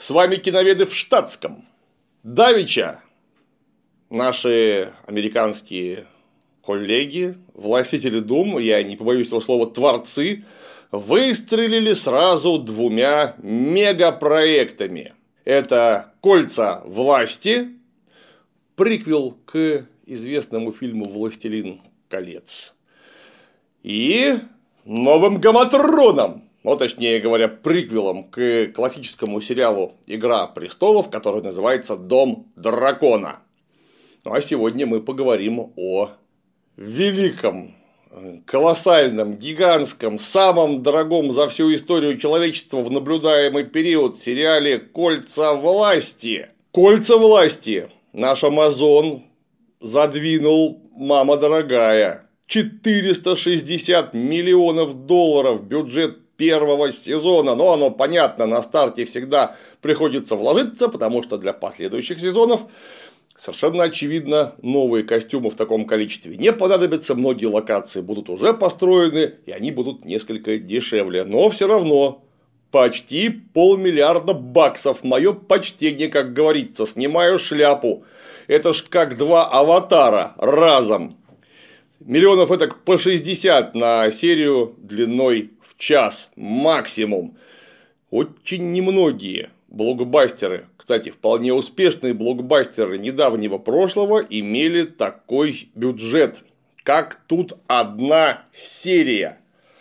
С вами киноведы в штатском. Давеча наши американские коллеги, властители дум, я не побоюсь этого слова, творцы, выстрелили сразу двумя мегапроектами. Это «Кольца власти», приквел к известному фильму «Властелин колец», и новым Гаматроном, ну, точнее говоря, приквелом к классическому сериалу «Игра престолов», который называется «Дом дракона». Ну, а сегодня мы поговорим о великом, колоссальном, гигантском, самом дорогом за всю историю человечества в наблюдаемый период сериале «Кольца власти». «Кольца власти» наш Амазон задвинул, мама дорогая, 460 миллионов долларов бюджет первого сезона. Но оно, понятно, на старте всегда приходится вложиться, потому что для последующих сезонов совершенно очевидно новые костюмы в таком количестве не понадобятся. Многие локации будут уже построены, и они будут несколько дешевле. Но все равно почти $500 миллиарда. Мое почтение, как говорится, снимаю шляпу. Это ж как два аватара разом. Миллионов это по 60 на серию длиной в час максимум. Очень немногие блокбастеры, кстати, вполне успешные блокбастеры недавнего прошлого имели такой бюджет, как тут одна серия.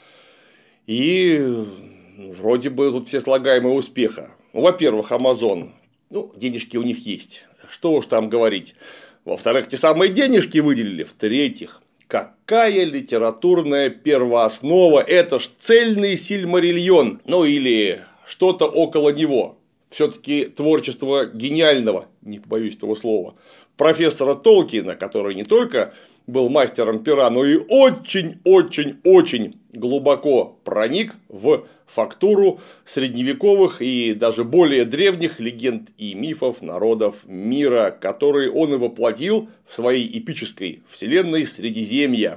И вроде бы тут все слагаемые успеха. Во-первых, Amazon, денежки у них есть, что уж там говорить. Во-вторых, те самые денежки выделили. В-третьих, какая литературная первооснова, это ж цельный Сильмариллион, или что-то около него. Все-таки творчество гениального, не побоюсь этого слова, профессора Толкиена, который не только был мастером пера, но и очень-очень-очень глубоко проник в фактуру средневековых и даже более древних легенд и мифов народов мира, которые он и воплотил в своей эпической вселенной Средиземья.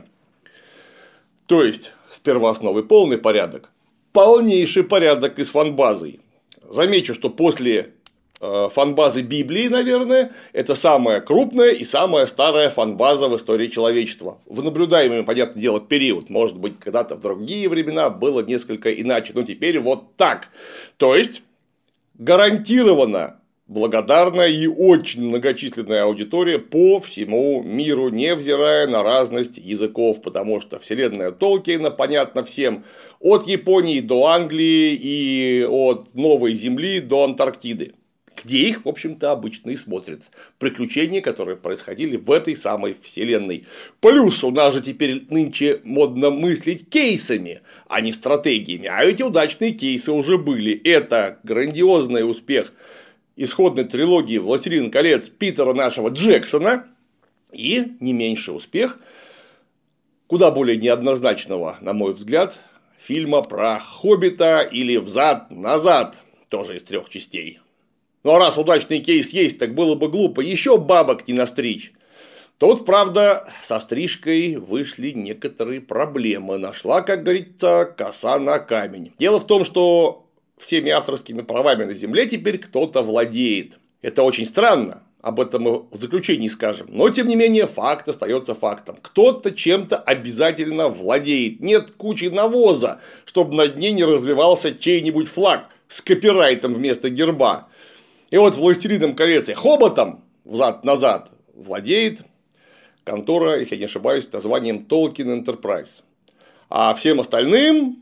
То есть, с первоосновой полный порядок, полнейший порядок и с фанбазой. Замечу, что после фанбазы Библии, наверное, это самая крупная и самая старая фанбаза в истории человечества. В наблюдаемый, понятное дело, период. Может быть, когда-то в другие времена было несколько иначе, но теперь вот так. То есть, гарантированно благодарная и очень многочисленная аудитория по всему миру, невзирая на разность языков, потому что вселенная Толкиена понятна всем, от Японии до Англии и от Новой Земли до Антарктиды, где их, в общем-то, обычно и смотрят. Приключения, которые происходили в этой самой вселенной. Плюс у нас же теперь нынче модно мыслить кейсами, а не стратегиями. А эти удачные кейсы уже были. Это грандиозный успех исходной трилогии «Властелин колец» Питера нашего Джексона. И не меньший успех, куда более неоднозначного, на мой взгляд, фильма про Хоббита или «Взад-назад», тоже из 3 частей. Ну а раз удачный кейс есть, так было бы глупо еще бабок не настричь. Тут, правда, со стрижкой вышли некоторые проблемы. Нашла, как говорится, коса на камень. Дело в том, что всеми авторскими правами на земле теперь кто-то владеет. Это очень странно. Об этом мы в заключении скажем. Но, тем не менее, факт остается фактом. Кто-то чем-то обязательно владеет. Нет кучи навоза, чтобы над ней не развивался чей-нибудь флаг с копирайтом вместо герба. И вот «Властелином колец» и «Хоббитом» взад-назад владеет контора, если я не ошибаюсь, с названием Tolkien Enterprise. А всем остальным,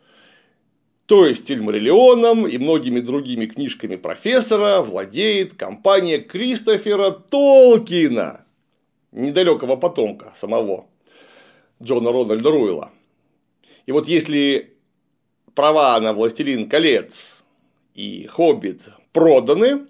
то есть «Сильмариллионом» и многими другими книжками профессора, владеет компания Кристофера Толкина, недалекого потомка самого Джона Рональда Руэлла. И вот если права на «Властелин колец» и «Хоббит» проданы,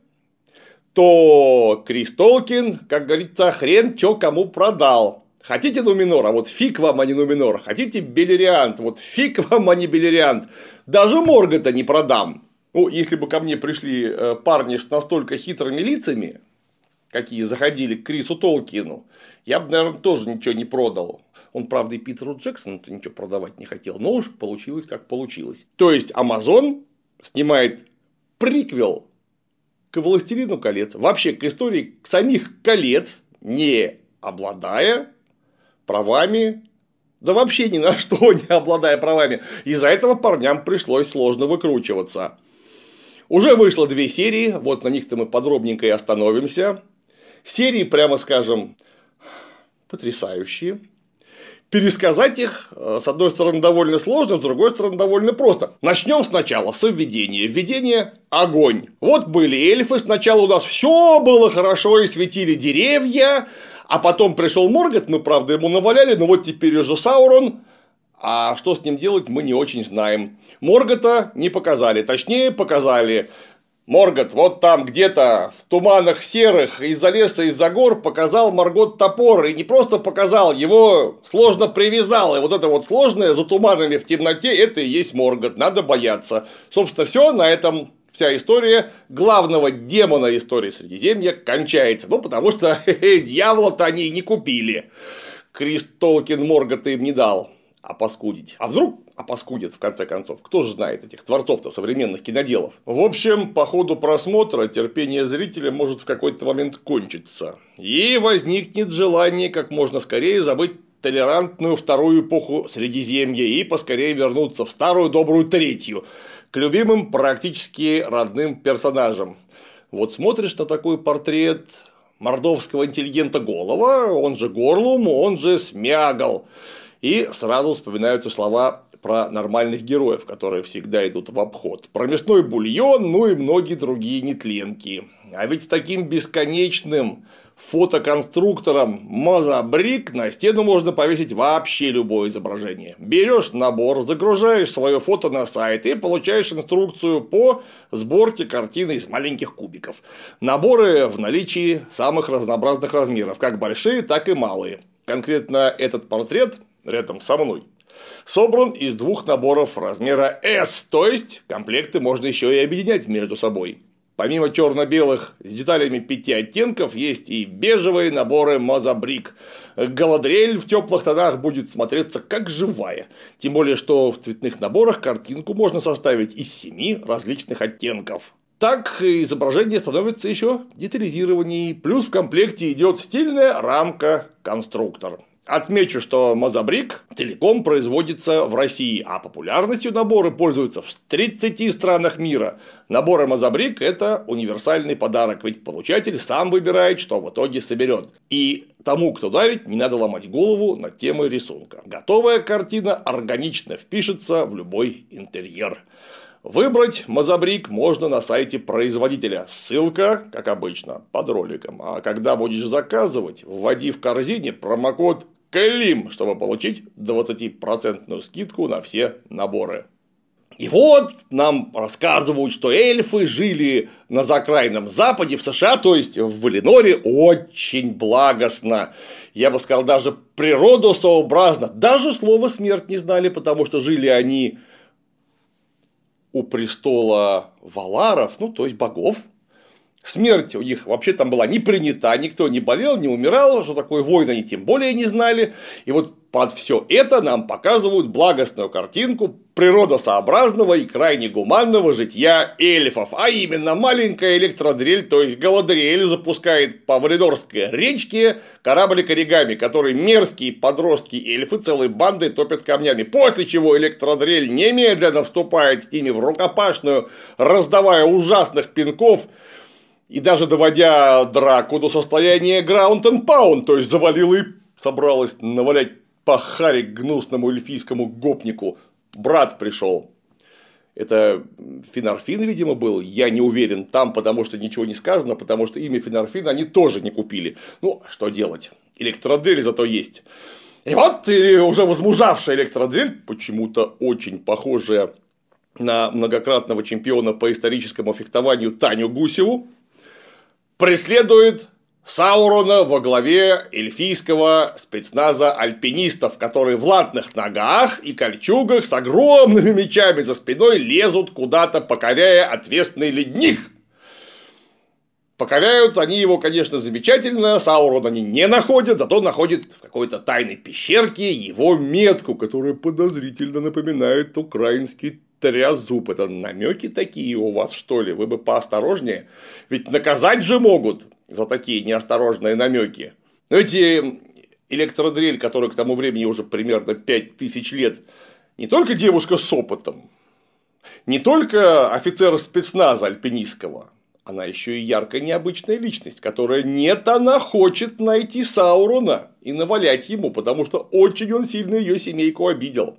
то Крис Толкин, как говорится, хрен чё кому продал. Хотите Нуменор, а вот фиг вам, а не Нуменор. Хотите Белериант, вот фиг вам, а не Белериант. Даже Моргота не продам. Если бы ко мне пришли парни с настолько хитрыми лицами, какие заходили к Крису Толкину, я бы, наверное, тоже ничего не продал. Он, правда, и Питеру Джексону-то ничего продавать не хотел, но уж получилось, как получилось. То есть, Amazon снимает приквел к «Властелину колец», вообще к истории самих колец, не обладая правами, да вообще ни на что не обладая правами. Из-за этого парням пришлось сложно выкручиваться. Уже вышло 2 серии, вот на них-то мы подробненько и остановимся. Серии, прямо скажем, потрясающие. Пересказать их, с одной стороны, довольно сложно, с другой стороны, довольно просто. Начнем сначала с введения. Введение – огонь. Вот были эльфы, сначала у нас все было хорошо и светили деревья, а потом пришел Моргот, мы, правда, ему наваляли, но вот теперь уже Саурон, а что с ним делать, мы не очень знаем. Моргота не показали, точнее, показали. Моргот вот там где-то в туманах серых из-за леса, из-за гор показал Моргот топор. И не просто показал, его сложно привязал. И вот это вот сложное за туманами в темноте, это и есть Моргот. Надо бояться. Собственно, все на этом. Вся история главного демона истории Средиземья кончается. Ну, потому что дьявола-то они и не купили. Крис Толкин Моргота им не дал опаскудить. А вдруг опаскудит, в конце концов? Кто же знает этих творцов-то современных киноделов? В общем, по ходу просмотра терпение зрителя может в какой-то момент кончиться. И возникнет желание как можно скорее забыть толерантную вторую эпоху Средиземья и поскорее вернуться в старую добрую третью, к любимым практически родным персонажам. Вот смотришь на такой портрет мордовского интеллигента Голова, он же Горлум, он же Смягал. И сразу вспоминаются слова про нормальных героев, которые всегда идут в обход. Про мясной бульон, ну и многие другие нетленки. А ведь с таким бесконечным фотоконструктором Мозабрик на стену можно повесить вообще любое изображение. Берешь набор, загружаешь свое фото на сайт и получаешь инструкцию по сборке картины из маленьких кубиков. Наборы в наличии самых разнообразных размеров, как большие, так и малые. Конкретно этот портрет рядом со мной собран из 2 наборов размера S, то есть комплекты можно еще и объединять между собой. Помимо черно-белых с деталями 5 оттенков, есть и бежевые наборы Мозабрик. Галадриэль в теплых тонах будет смотреться как живая. Тем более, что в цветных наборах картинку можно составить из 7 различных оттенков. Так изображение становится еще детализированнее. Плюс в комплекте идет стильная рамка-конструктор. Отмечу, что Мозабрик целиком производится в России, а популярностью наборы пользуются в 30 странах мира. Наборы Мозабрик – это универсальный подарок, ведь получатель сам выбирает, что в итоге соберет. И тому, кто дарит, не надо ломать голову над темой рисунка. Готовая картина органично впишется в любой интерьер. Выбрать Мозабрик можно на сайте производителя. Ссылка, как обычно, под роликом. А когда будешь заказывать, вводи в корзине промокод КЛИМ, чтобы получить 20% скидку на все наборы. И вот нам рассказывают, что эльфы жили на закрайном западе в США, то есть в Валиноре, очень благостно. Я бы сказал, даже природосообразно. Даже слово смерть не знали, потому что жили они у престола Валаров, ну, то есть богов. Смерть у них вообще там была не принята, никто не болел, не умирал, что такое войны они тем более не знали. И вот под все это нам показывают благостную картинку природосообразного и крайне гуманного житья эльфов. А именно, маленькая электродрель, то есть Галадриэль, запускает по Валинорской речке кораблик оригами, который мерзкие подростки-эльфы целой бандой топят камнями. После чего электродрель немедленно вступает с ними в рукопашную, раздавая ужасных пинков, и даже доводя драку до состояния ground and pound, то есть завалила и собралась навалять по харе гнусному эльфийскому гопнику. Брат пришел. Это Финарфин, видимо, был. Я не уверен там, потому что ничего не сказано, потому что имя Финарфина они тоже не купили. Ну, что делать? Электродрель зато есть. И вот уже возмужавшая электродрель, почему-то очень похожая на многократного чемпиона по историческому фехтованию Таню Гусеву, преследует Саурона во главе эльфийского спецназа альпинистов, которые в латных ногах и кольчугах с огромными мечами за спиной лезут куда-то, покоряя отвесный ледник. Покоряют они его, конечно, замечательно, Саурона они не находят, зато находят в какой-то тайной пещерке его метку, которая подозрительно напоминает украинский трезуб. Это намеки такие у вас, что ли? Вы бы поосторожнее. Ведь наказать же могут за такие неосторожные намеки. Но эти электродрель, которая к тому времени уже примерно 5000 лет, не только девушка с опытом, не только офицер спецназа альпинистского, она еще и яркая необычная личность, которая она хочет найти Саурона и навалять ему, потому что очень он сильно ее семейку обидел.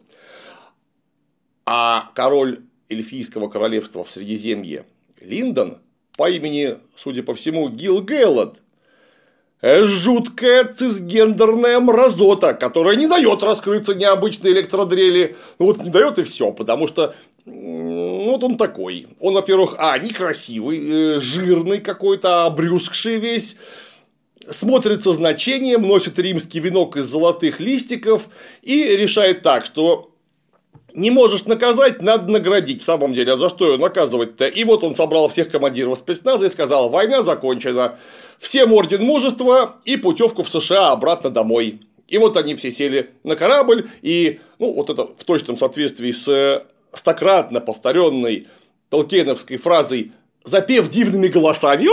А король эльфийского королевства в Средиземье Линдон по имени, судя по всему, Гил-Гэлад, жуткая цисгендерная мразота, которая не дает раскрыться необычной электродрели. Ну вот не дает и все, потому что вот он такой. Он, во-первых, некрасивый, жирный какой-то, обрюзгший весь, смотрит со значением, носит римский венок из золотых листиков и решает так, что не можешь наказать, надо наградить. В самом деле, а за что ее наказывать-то? И вот он собрал всех командиров спецназа и сказал: война закончена, всем орден мужества и путевку в США обратно домой. И вот они все сели на корабль, и вот это в точном соответствии с стократно повторенной толкиеновской фразой, запев дивными голосами,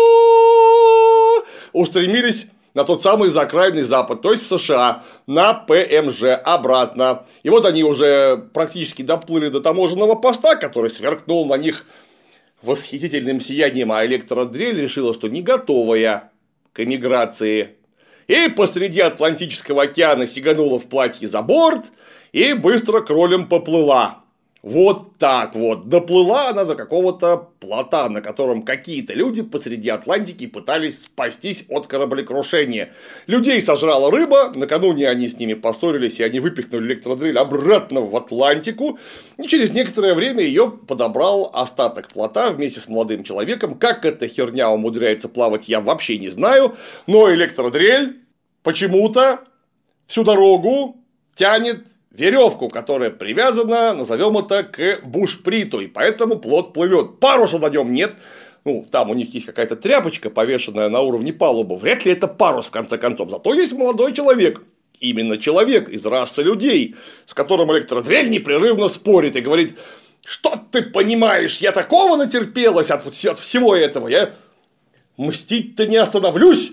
устремились на тот самый закрайный запад, то есть в США, на ПМЖ обратно. И вот они уже практически доплыли до таможенного поста, который сверкнул на них восхитительным сиянием, а электродрель решила, что не готовая к эмиграции. И посреди Атлантического океана сиганула в платье за борт и быстро кролем поплыла. Вот так вот. Доплыла она до какого-то плота, на котором какие-то люди посреди Атлантики пытались спастись от кораблекрушения. Людей сожрала рыба, накануне они с ними поссорились, и они выпихнули электродрель обратно в Атлантику. И через некоторое время ее подобрал остаток плота вместе с молодым человеком. Как эта херня умудряется плавать, я вообще не знаю. Но электродрель почему-то всю дорогу тянет веревку, которая привязана, назовем это, к бушприту, и поэтому плот плывет. Паруса на нем нет. Там у них есть какая-то тряпочка, повешенная на уровне палубы. Вряд ли это парус, в конце концов. Зато есть молодой человек. Именно человек из расы людей, с которым электродрель непрерывно спорит и говорит: что ты понимаешь, я такого натерпелась от всего этого, я мстить-то не остановлюсь.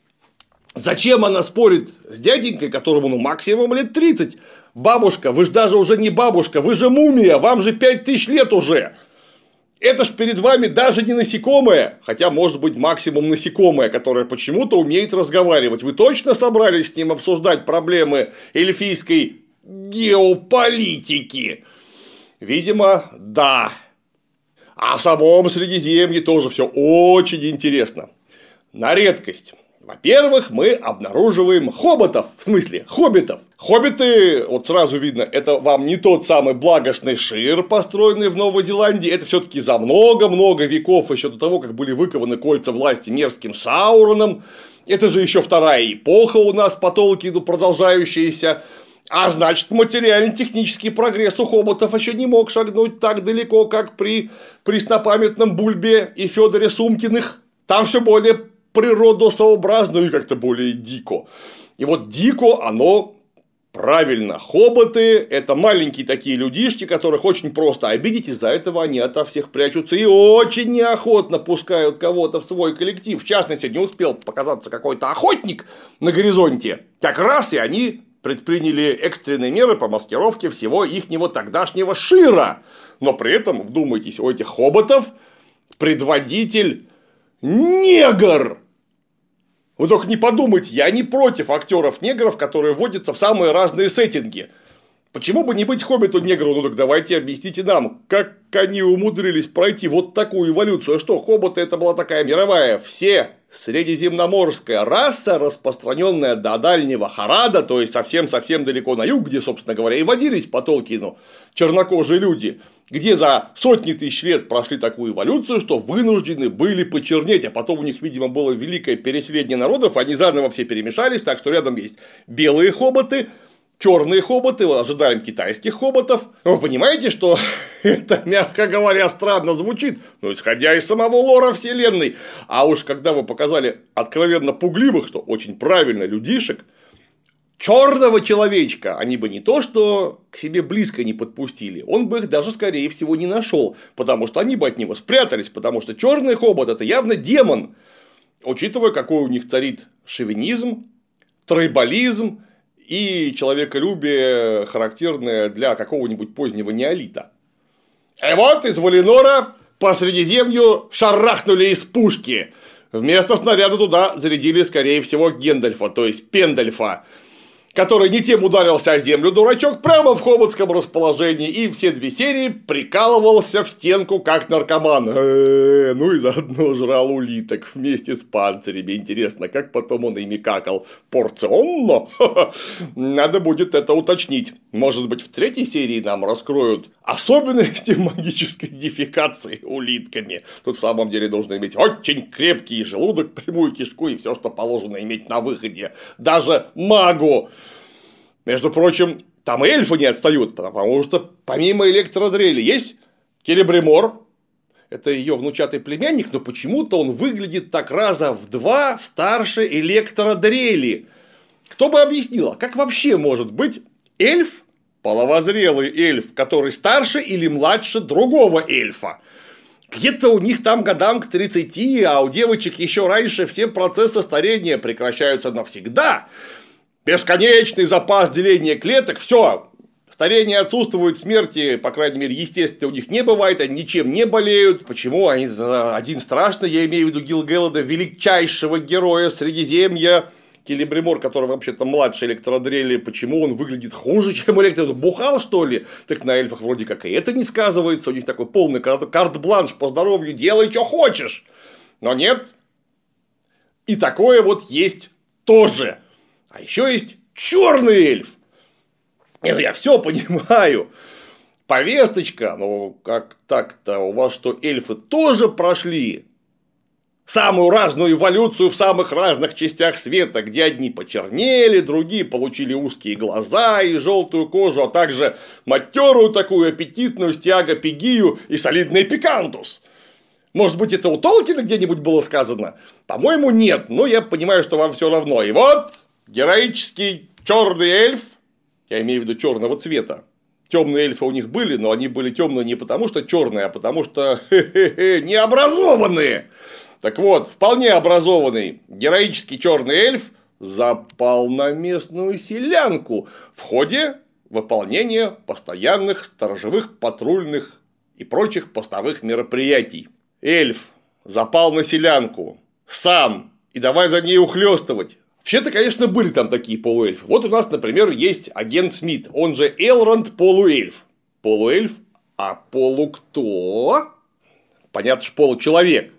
Зачем она спорит с дяденькой, которому максимум лет 30? Бабушка, вы же даже уже не бабушка, вы же мумия, вам же 5000 лет уже. Это ж перед вами даже не насекомое, хотя может быть максимум насекомое, которое почему-то умеет разговаривать. Вы точно собрались с ним обсуждать проблемы эльфийской геополитики? Видимо, да. А в самом Средиземье тоже все очень интересно. На редкость. Во-первых, мы обнаруживаем хоббитов, в смысле хоббитов. Хоббиты, вот сразу видно, это вам не тот самый благостный Шир, построенный в Новой Зеландии, это все-таки за много-много веков еще до того, как были выкованы кольца власти мерзким Сауроном. Это же еще вторая эпоха у нас по Толкину продолжающаяся. А значит, материально-технический прогресс у хоббитов еще не мог шагнуть так далеко, как при преснопамятном Бульбе и Федоре Сумкиных. Там все более природосообразно и как-то более дико. И вот дико оно правильно. Хоббиты – это маленькие такие людишки, которых очень просто обидеть, из-за этого они ото всех прячутся и очень неохотно пускают кого-то в свой коллектив. В частности, не успел показаться какой-то охотник на горизонте, как раз и они предприняли экстренные меры по маскировке всего ихнего тогдашнего Шира. Но при этом, вдумайтесь, у этих хоббитов предводитель негр. Вы только не подумайте, я не против актеров-негров, которые вводятся в самые разные сеттинги. Почему бы не быть хоббиту-негру? Так давайте объясните нам, как они умудрились пройти вот такую эволюцию. А что, хоббиты это была такая мировая, все средиземноморская раса, распространенная до дальнего Харада, то есть совсем-совсем далеко на юг, где, собственно говоря, и водились по Толкину чернокожие люди, где за сотни тысяч лет прошли такую эволюцию, что вынуждены были почернеть, а потом у них, видимо, было великое переселение народов, они заново все перемешались, так что рядом есть белые хоббиты, черные хоббиты, ожидаем китайских хоббитов. Вы понимаете, что это, мягко говоря, странно звучит, но исходя из самого лора вселенной. А уж когда вы показали откровенно пугливых, что очень правильно, людишек, черного человечка они бы не то что к себе близко не подпустили, он бы их даже, скорее всего, не нашел, потому что они бы от него спрятались, потому что черный хобот – это явно демон, учитывая, какой у них царит шовинизм, трайбализм и человеколюбие, характерное для какого-нибудь позднего неолита. И вот из Валинора по Средиземью шарахнули из пушки. Вместо снаряда туда зарядили, скорее всего, Гендальфа, то есть Пендальфа, который не тем ударился о землю, дурачок, прямо в хоботском расположении, и все 2 серии прикалывался в стенку, как наркоман. Ну и заодно жрал улиток вместе с панцирями. Интересно, как потом он ими какал? Порционно? Надо будет это уточнить. Может быть, в 3 серии нам раскроют особенности магической дефекации улитками. Тут в самом деле нужно иметь очень крепкий желудок, прямую кишку и все, что положено иметь на выходе. Даже магу. Между прочим, там и эльфы не отстают, потому что помимо электродрели есть Келебримор. Это ее внучатый племянник, но почему-то он выглядит так раза в 2 старше электродрели. Кто бы объяснил, как вообще может быть эльф, половозрелый эльф, который старше или младше другого эльфа? Где-то у них там годам к 30, а у девочек еще раньше все процессы старения прекращаются навсегда. Бесконечный запас деления клеток, все, старение отсутствует, смерти, по крайней мере, естественно, у них не бывает, они ничем не болеют. Почему? Они один страшный, я имею в виду Гил-Гэлада, величайшего героя Средиземья, Келебримор, который вообще-то младше электродрели, почему он выглядит хуже, чем электродрели? Бухал, что ли? Так на эльфах вроде как и это не сказывается, у них такой полный карт-бланш по здоровью, делай, что хочешь. Но нет. И такое вот есть тоже. А еще есть черный эльф. Я все понимаю. Повесточка, ну как так-то? У вас что, эльфы тоже прошли самую разную эволюцию в самых разных частях света, где одни почернели, другие получили узкие глаза и желтую кожу, а также матерую такую аппетитную стиагопигию и солидный пикантус. Может быть, это у Толкина где-нибудь было сказано? По-моему, нет, но я понимаю, что вам все равно. И вот героический черный эльф, я имею в виду черного цвета. Темные эльфы у них были, но они были темные не потому, что черные, а потому что необразованные. Так вот, вполне образованный героический черный эльф запал на местную селянку в ходе выполнения постоянных сторожевых, патрульных и прочих постовых мероприятий. Эльф запал на селянку сам и давай за ней ухлёстывать. Вообще-то, конечно, были там такие полуэльфы. Вот у нас, например, есть агент Смит, он же Элронд полуэльф. Полуэльф, а полу кто? Понятно, что получеловек.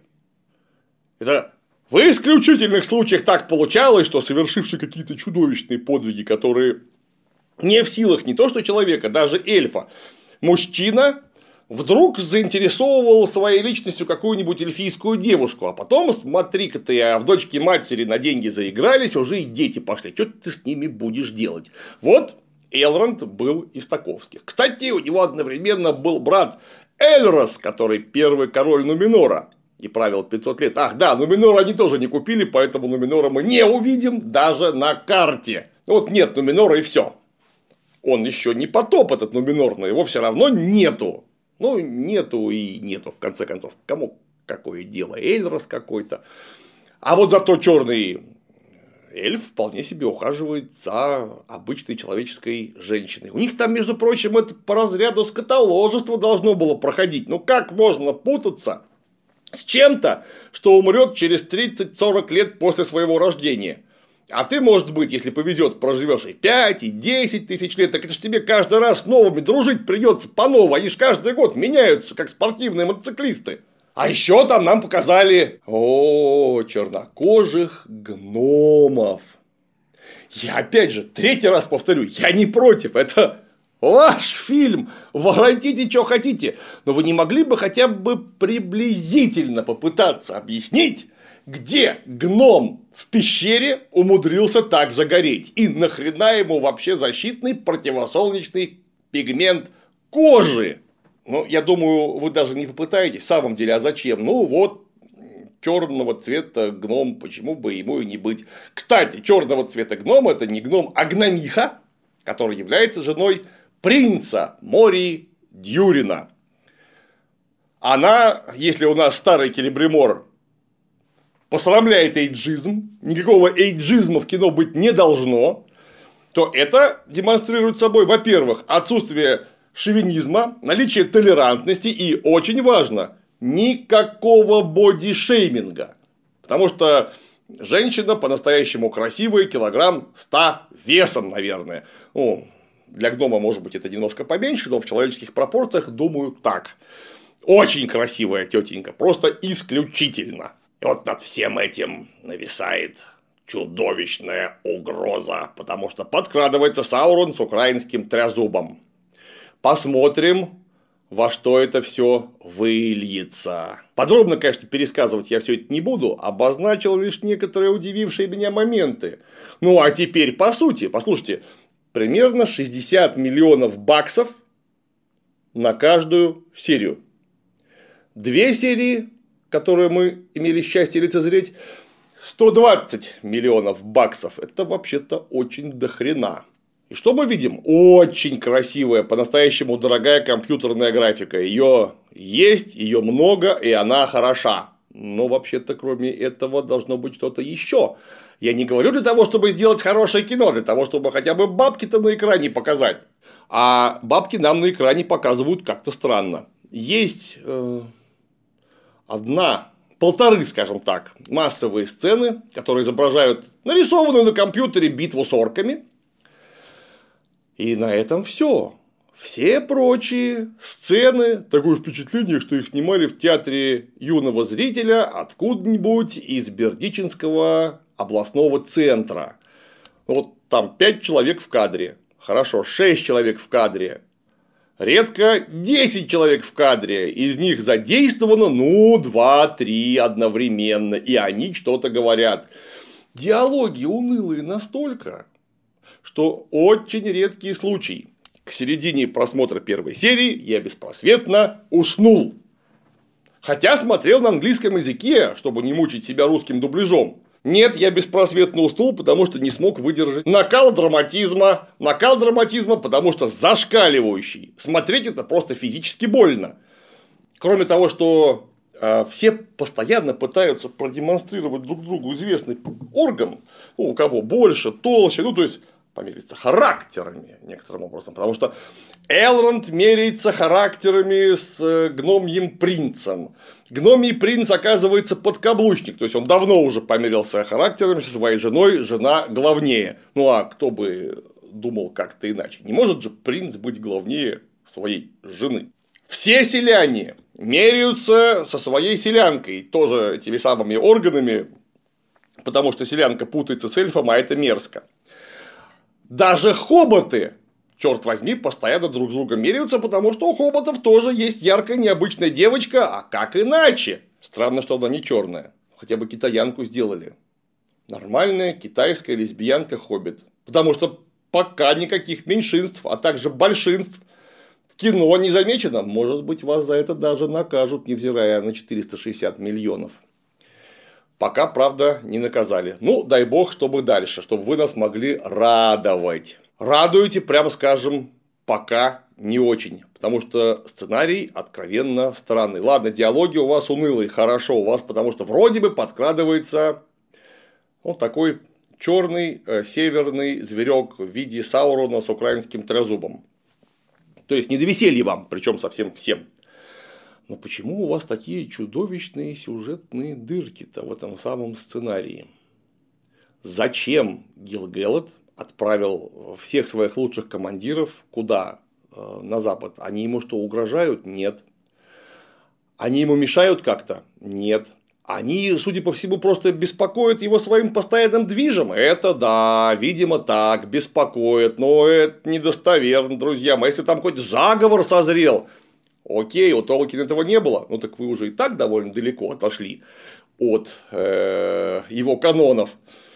Это в исключительных случаях так получалось, что совершивший какие-то чудовищные подвиги, которые не в силах не то что человека, даже эльфа, мужчина вдруг заинтересовывал своей личностью какую-нибудь эльфийскую девушку, а потом, смотри-ка ты, а в дочке матери на деньги заигрались, уже и дети пошли, что ты с ними будешь делать? Вот Элронд был из таковских. Кстати, у него одновременно был брат Эльрос, который первый король Нуменора и правил 500 лет. Ах, да, Нуменора они тоже не купили, поэтому Нуменора мы не увидим даже на карте. Вот нет Нуменора и все. Он еще не потоп, этот Нуменор, но его все равно нету. Ну, нету и нету, в конце концов. Кому какое дело? Эльрос какой-то. А вот зато черный эльф вполне себе ухаживает за обычной человеческой женщиной. У них там, между прочим, это по разряду скотоложества должно было проходить. Ну, как можно путаться с чем-то, что умрет через 30-40 лет после своего рождения? А ты, может быть, если повезет, проживешь и 5, и 10 тысяч лет, так это ж тебе каждый раз с новыми дружить придется по-новому. Они ж каждый год меняются, как спортивные мотоциклисты. А еще там нам показали чернокожих гномов. Я опять же 3-й раз повторю, я не против, это ваш фильм, воротите, что хотите. Но вы не могли бы хотя бы приблизительно попытаться объяснить, где гном в пещере умудрился так загореть? И нахрена ему вообще защитный противосолнечный пигмент кожи? Ну, я думаю, вы даже не попытаетесь. В самом деле, а зачем? Ну, вот черного цвета гном, почему бы ему и не быть. Кстати, черного цвета гном — это не гном, а гномиха, которая является женой принца Мори Дьюрина. Она, если у нас старый Келебримор посрамляет эйджизм, никакого эйджизма в кино быть не должно, то это демонстрирует собой, во-первых, отсутствие шовинизма, наличие толерантности и, очень важно, никакого бодишейминга. Потому что женщина по-настоящему красивая, килограмм 100 весом, наверное. Ну, для гнома, может быть, это немножко поменьше, но в человеческих пропорциях, думаю, так. Очень красивая тетенька, просто исключительно. И вот над всем этим нависает чудовищная угроза, потому что подкрадывается Саурон с украинским трезубом. Посмотрим, во что это все выльется. Подробно, конечно, пересказывать я все это не буду, обозначил лишь некоторые удивившие меня моменты. Ну а теперь по сути, послушайте, примерно 60 миллионов баксов на каждую серию. 2 серии, которые мы имели счастье лицезреть, 120 миллионов баксов. Это вообще-то очень дохрена. И что мы видим? Очень красивая, по-настоящему дорогая компьютерная графика. Ее есть, ее много, и она хороша. Но вообще-то, кроме этого, должно быть что-то еще. Я не говорю для того, чтобы сделать хорошее кино, для того, чтобы хотя бы бабки-то на экране показать. А бабки нам на экране показывают как-то странно. Есть полторы, скажем так, массовые сцены, которые изображают нарисованную на компьютере битву с орками. И на этом все. Все прочие сцены, такое впечатление, что их снимали в театре юного зрителя откуда-нибудь из Бердичевского областного центра. Вот там 5 человек в кадре. Хорошо, 6 человек в кадре. Редко 10 человек в кадре. Из них задействовано, 2-3 одновременно. И они что-то говорят. Диалоги унылые настолько, что очень редкий случай. К середине просмотра первой серии я беспросветно уснул. Хотя смотрел на английском языке, чтобы не мучить себя русским дубляжом. Нет, я беспросветно уснул, потому что не смог выдержать накал драматизма, потому что зашкаливающий. Смотреть это просто физически больно. Кроме того, что все постоянно пытаются продемонстрировать друг другу известный орган, у кого больше, толще, то есть помериться характерами некоторым образом, потому что Элронд меряется характерами с гномьим принцем. Гномий принц оказывается подкаблучник, то есть он давно уже померился характерами со своей женой, жена главнее. Ну а кто бы думал как-то иначе? Не может же принц быть главнее своей жены. Все селяне меряются со своей селянкой, тоже этими самыми органами, потому что селянка путается с эльфом, а это мерзко. Даже хоботы, черт возьми, постоянно друг с другом меряются, потому что у хоботов тоже есть яркая необычная девочка, а как иначе? Странно, что она не черная. Хотя бы китаянку сделали. Нормальная китайская лесбиянка-хоббит. Потому что пока никаких меньшинств, а также большинств в кино не замечено. Может быть, вас за это даже накажут, невзирая на 460 миллионов. Пока, правда, не наказали. Ну, дай бог, чтобы дальше, чтобы вы нас могли радовать. Радуете, прямо скажем, пока не очень. Потому что сценарий откровенно странный. Ладно, диалоги у вас унылые, хорошо у вас, потому что вроде бы подкрадывается вот такой черный северный зверек в виде Саурона с украинским трезубом. То есть не до веселья вам, причем совсем всем. Но почему у вас такие чудовищные сюжетные дырки-то в этом самом сценарии? Зачем Гил-Гэлад отправил всех своих лучших командиров куда? На запад? Они ему что, угрожают? Нет. Они ему мешают как-то? Нет. Они, судя по всему, просто беспокоят его своим постоянным движем. Это да, видимо так, беспокоит. Но это недостоверно, друзья мои. Если там хоть заговор созрел, окей, у Толкина этого не было. Ну так вы уже и так довольно далеко отошли от его канонов.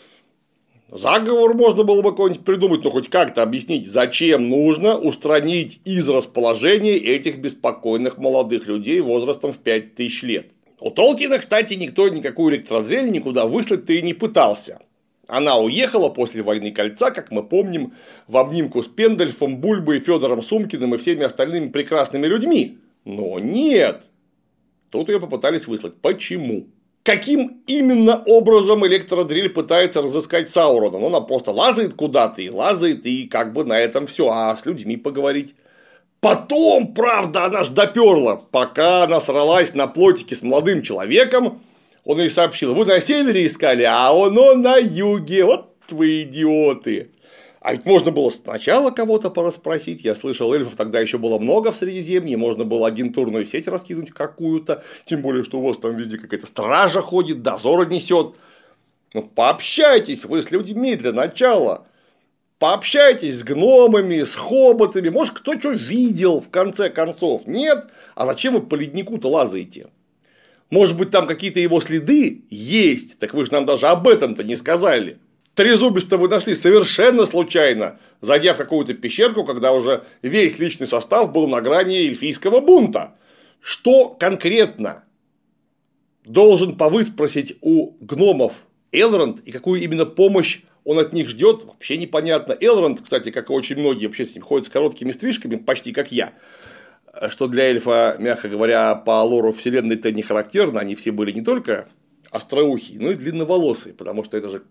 Заговор можно было бы какой-нибудь придумать, но хоть как-то объяснить, зачем нужно устранить из расположения этих беспокойных молодых людей возрастом в 5000 лет. У Толкина, кстати, никто никакую электродрель никуда выслать-то и не пытался. Она уехала после «Войны кольца», как мы помним, в обнимку с Пендельфом, Бульбой, Федором Сумкиным и всеми остальными прекрасными людьми. Но нет. Тут ее попытались выслать. Почему? Каким именно образом электродрель пытается разыскать Саурона? Ну, она просто лазает куда-то и лазает, и как бы на этом все. А с людьми поговорить? Потом, правда, она ж доперла, пока она сралась на плотике с молодым человеком. Он ей сообщил: вы на севере искали, а он на юге. Вот вы идиоты. А ведь можно было сначала кого-то порасспросить. Я слышал, эльфов тогда еще было много в Средиземье. Можно было агентурную сеть раскинуть какую-то. Тем более, что у вас там везде какая-то стража ходит, дозор несет. Ну, пообщайтесь вы с людьми для начала. Пообщайтесь с гномами, с хоботами. Может, кто что видел в конце концов. Нет? А зачем вы по леднику-то лазаете? Может быть, там какие-то его следы есть? Так вы же нам даже об этом-то не сказали. Трезубец-то вы нашли совершенно случайно, зайдя в какую-то пещерку, когда уже весь личный состав был на грани эльфийского бунта. Что конкретно должен повыспросить у гномов Элронд и какую именно помощь он от них ждет, вообще непонятно. Элронд, кстати, как и очень многие, вообще с ним ходят с короткими стрижками, почти как я. Что для эльфа, мягко говоря, по лору вселенной-то не характерно. Они все были не только остроухие, но и длинноволосые, потому что это же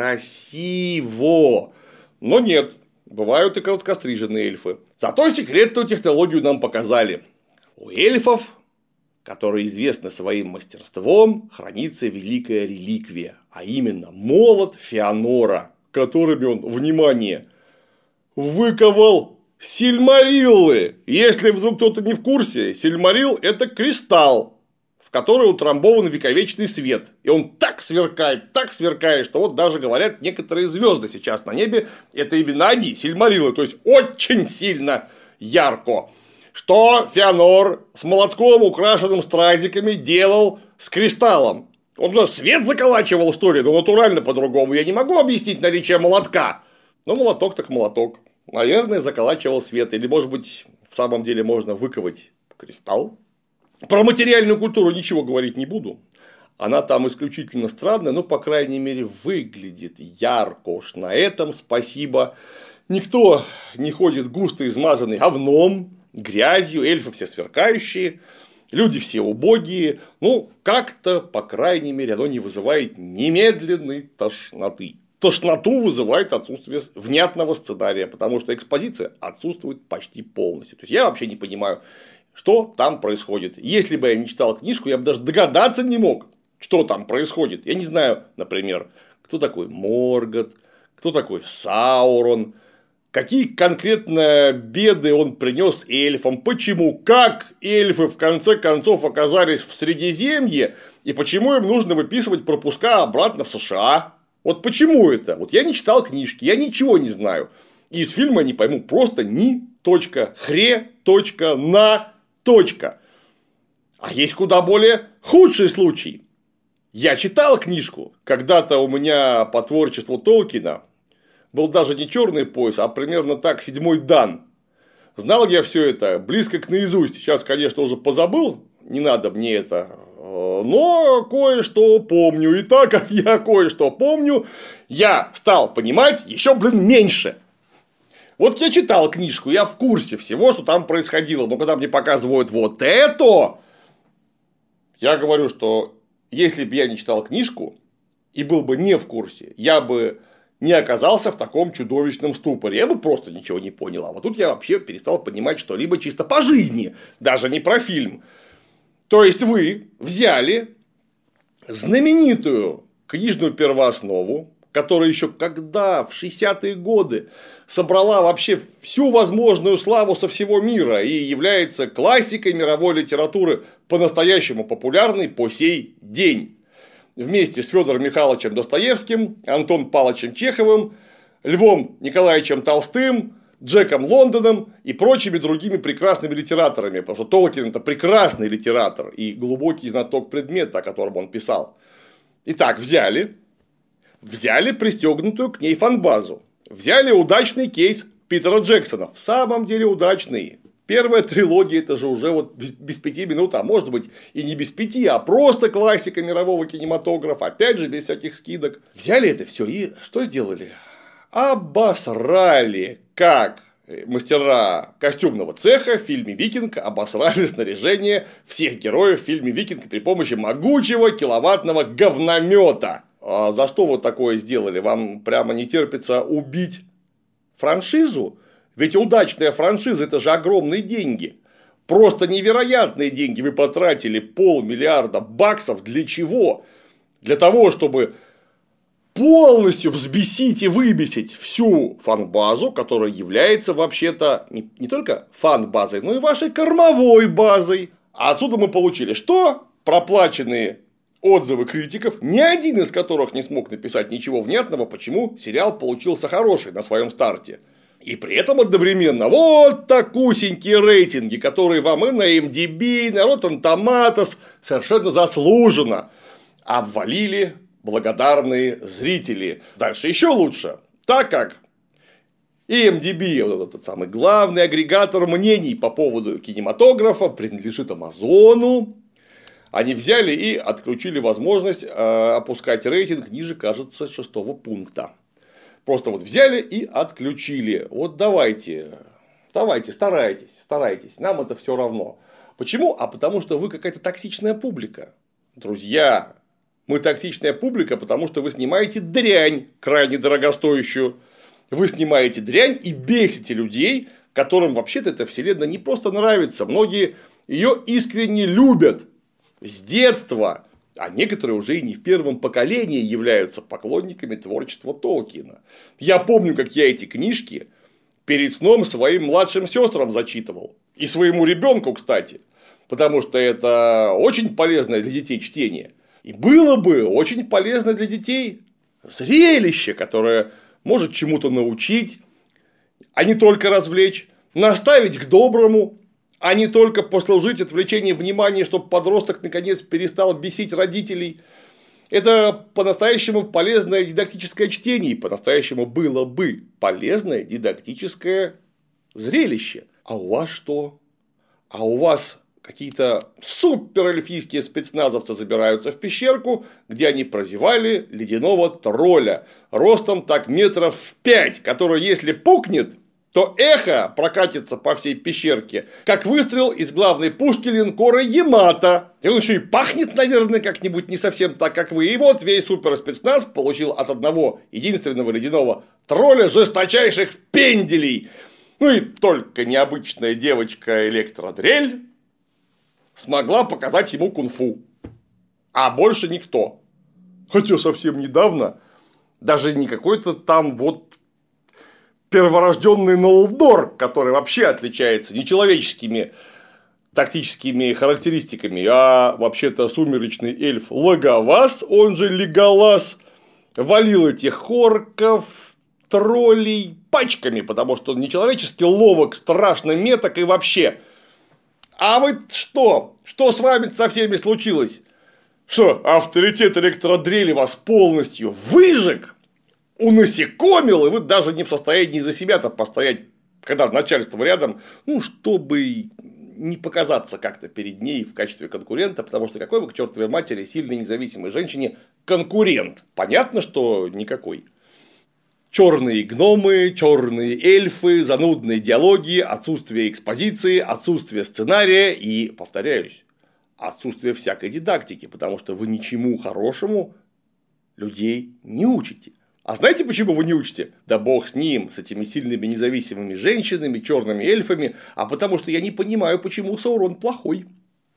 красиво. Но нет, бывают и короткостриженные эльфы. Зато секретную технологию нам показали. У эльфов, которые известны своим мастерством, хранится великая реликвия, а именно молот Феанора, которыми он, внимание, выковал Сильмариллы. Если вдруг кто-то не в курсе, Сильмарилл – это кристалл, в который утрамбован вековечный свет. И он так сверкает, что вот даже говорят, некоторые звезды сейчас на небе – это именно они, Сильмариллы, то есть очень сильно ярко. Что Феанор с молотком, украшенным стразиками, делал с кристаллом? Он туда свет заколачивал, что ли? Ну, натурально по-другому. Я не могу объяснить наличие молотка. Но молоток так молоток. Наверное, заколачивал свет. Или, может быть, в самом деле можно выковать кристалл. Про материальную культуру ничего говорить не буду. Она там исключительно странная, но, по крайней мере, выглядит ярко. Уж на этом спасибо. Никто не ходит густо измазанный говном, грязью, эльфы все сверкающие, люди все убогие. Ну, как-то, по крайней мере, оно не вызывает немедленной тошноты. Тошноту вызывает отсутствие внятного сценария, потому что экспозиция отсутствует почти полностью. То есть я вообще не понимаю, что там происходит. Если бы я не читал книжку, я бы даже догадаться не мог, что там происходит. Я не знаю, например, кто такой Моргот, кто такой Саурон, какие конкретно беды он принес эльфам, почему, как эльфы в конце концов оказались в Средиземье и почему им нужно выписывать пропуска обратно в США. Вот почему это? Вот я не читал книжки, я ничего не знаю. И из фильма не пойму просто ни точка, хре, точка, на, точка. А есть куда более худший случай. Я читал книжку. Когда-то у меня по творчеству Толкина был даже не черный пояс, а примерно так 7-й дан. Знал я все это близко к наизусть. Сейчас, конечно, уже позабыл, не надо мне это. Но кое-что помню. И так как я кое-что помню, я стал понимать еще, меньше. Вот я читал книжку, я в курсе всего, что там происходило. Но когда мне показывают вот это, я говорю, что если бы я не читал книжку и был бы не в курсе, я бы не оказался в таком чудовищном ступоре. Я бы просто ничего не понял. А вот тут я вообще перестал понимать что-либо чисто по жизни, даже не про фильм. То есть вы взяли знаменитую книжную первооснову, которая еще когда, в 60-е годы, собрала вообще всю возможную славу со всего мира и является классикой мировой литературы, по-настоящему популярной по сей день. Вместе с Федором Михайловичем Достоевским, Антоном Павловичем Чеховым, Львом Николаевичем Толстым, Джеком Лондоном и прочими другими прекрасными литераторами, потому что Толкин – это прекрасный литератор и глубокий знаток предмета, о котором он писал. Итак, взяли пристегнутую к ней фанбазу, взяли удачный кейс Питера Джексона, в самом деле удачный. Первая трилогия, это же уже вот без 5 минут, а может быть и не без 5, а просто классика мирового кинематографа, опять же без всяких скидок. Взяли это все и что сделали? Обосрали, как мастера костюмного цеха в фильме «Викинг» обосрали снаряжение всех героев в фильме «Викинг» при помощи могучего киловаттного говномета. А за что вы такое сделали? Вам прямо не терпится убить франшизу? Ведь удачная франшиза – это же огромные деньги. Просто невероятные деньги вы потратили, $500 миллиарда баксов. Для чего? Для того, чтобы полностью взбесить и выбесить всю фан-базу, которая является вообще-то не только фан-базой, но и вашей кормовой базой. А отсюда мы получили что? Проплаченные отзывы критиков, ни один из которых не смог написать ничего внятного, почему сериал получился хороший на своем старте. И при этом одновременно вот такусенькие рейтинги, которые вам и на IMDb, и на Rotten Tomatoes совершенно заслуженно обвалили благодарные зрители. Дальше еще лучше, так как IMDb, вот этот самый главный агрегатор мнений по поводу кинематографа, принадлежит Амазону, они взяли и отключили возможность опускать рейтинг ниже, кажется, 6-го пункта. Просто вот взяли и отключили. Вот давайте, старайтесь, нам это все равно. Почему? А потому что вы какая-то токсичная публика. Друзья, мы токсичная публика, потому что вы снимаете дрянь крайне дорогостоящую. Вы снимаете дрянь и бесите людей, которым вообще-то эта вселенная не просто нравится. Многие ее искренне любят с детства. А некоторые уже и не в первом поколении являются поклонниками творчества Толкиена. Я помню, как я эти книжки перед сном своим младшим сестрам зачитывал. И своему ребенку, кстати. Потому что это очень полезное для детей чтение. И было бы очень полезно для детей зрелище, которое может чему-то научить, а не только развлечь, наставить к доброму, а не только послужить отвлечением внимания, чтобы подросток наконец перестал бесить родителей. Это по-настоящему полезное дидактическое чтение, и по-настоящему было бы полезное дидактическое зрелище. А у вас что? А у вас какие-то суперэльфийские спецназовцы забираются в пещерку, где они прозевали ледяного тролля, ростом так 5 метров, который, если пукнет, то эхо прокатится по всей пещерке, как выстрел из главной пушки линкора Ямато. И он еще и пахнет, наверное, как-нибудь не совсем так, как вы. И вот весь суперспецназ получил от одного единственного ледяного тролля жесточайших пенделей. Ну и только необычная девочка Электродрель смогла показать ему кунг-фу. А больше никто. Хотя совсем недавно даже не какой-то там вот перворожденный Нолдор, который вообще отличается нечеловеческими тактическими характеристиками, а вообще-то сумеречный эльф Логоваз, он же Леголас, валил этих хорков, троллей пачками, потому что он нечеловечески ловок, страшно меток и вообще. А вы что? Что с вами со всеми случилось? Что, авторитет Электродрели вас полностью выжег? Унасекомил, и вы даже не в состоянии за себя-то постоять, когда начальство рядом, ну, чтобы не показаться как-то перед ней в качестве конкурента, потому что какой вы к чертовой матери сильной независимой женщине конкурент? Понятно, что никакой. Черные гномы, черные эльфы, занудные диалоги, отсутствие экспозиции, отсутствие сценария и, повторяюсь, отсутствие всякой дидактики, потому что вы ничему хорошему людей не учите. А знаете, почему вы не учите? Да бог с ним, с этими сильными независимыми женщинами, черными эльфами, а потому что я не понимаю, почему Саурон плохой.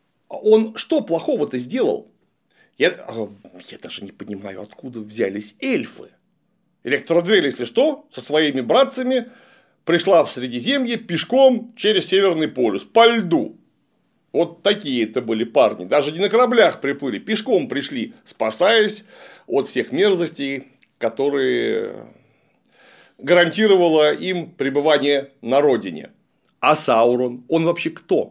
Он что плохого-то сделал? Я даже не понимаю, откуда взялись эльфы. Электродрель, если что, со своими братцами пришла в Средиземье пешком через Северный полюс, по льду. Вот такие это были парни. Даже не на кораблях приплыли, пешком пришли, спасаясь от всех мерзостей, которые гарантировало им пребывание на родине. А Саурон, он вообще кто?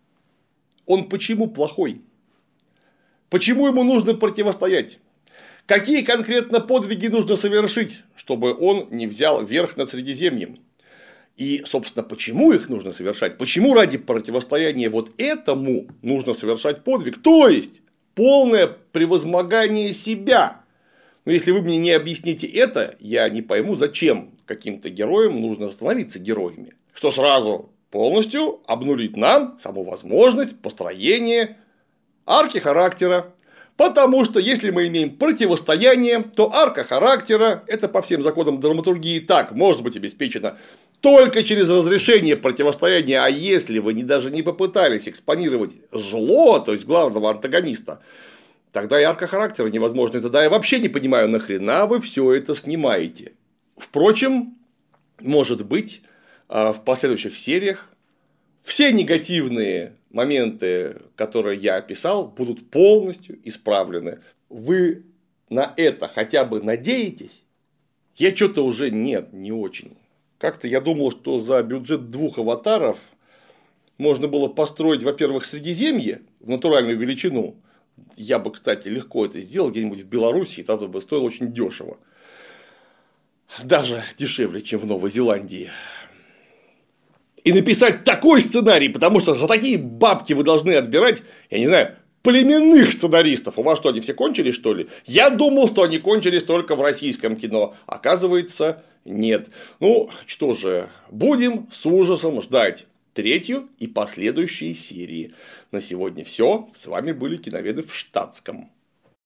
Он почему плохой? Почему ему нужно противостоять? Какие конкретно подвиги нужно совершить, чтобы он не взял верх над Средиземьем? И, собственно, почему их нужно совершать? Почему ради противостояния вот этому нужно совершать подвиг? То есть, полное превозмогание себя. Но если вы мне не объясните это, я не пойму, зачем каким-то героям нужно становиться героями. Что сразу полностью обнулит нам саму возможность построения арки характера. Потому что если мы имеем противостояние, то арка характера, это по всем законам драматургии так, может быть обеспечена только через разрешение противостояния, а если вы даже не попытались экспонировать зло, то есть главного антагониста, тогда и арка характера невозможна. И тогда я вообще не понимаю, нахрена вы все это снимаете. Впрочем, может быть, в последующих сериях все негативные моменты, которые я описал, будут полностью исправлены. Вы на это хотя бы надеетесь? Я что-то уже нет, не очень. Как-то я думал, что за бюджет 2 аватаров можно было построить, во-первых, Средиземье в натуральную величину. Я бы, кстати, легко это сделал где-нибудь в Беларуси, там бы стоило очень дешево. Даже дешевле, чем в Новой Зеландии. И написать такой сценарий, потому что за такие бабки вы должны отбирать, я не знаю, племенных сценаристов. У вас что, они все кончились, что ли? Я думал, что они кончились только в российском кино. Оказывается, нет. Ну, что же, будем с ужасом ждать 3-ю и последующие серии. На сегодня все. С вами были киноведы в штатском.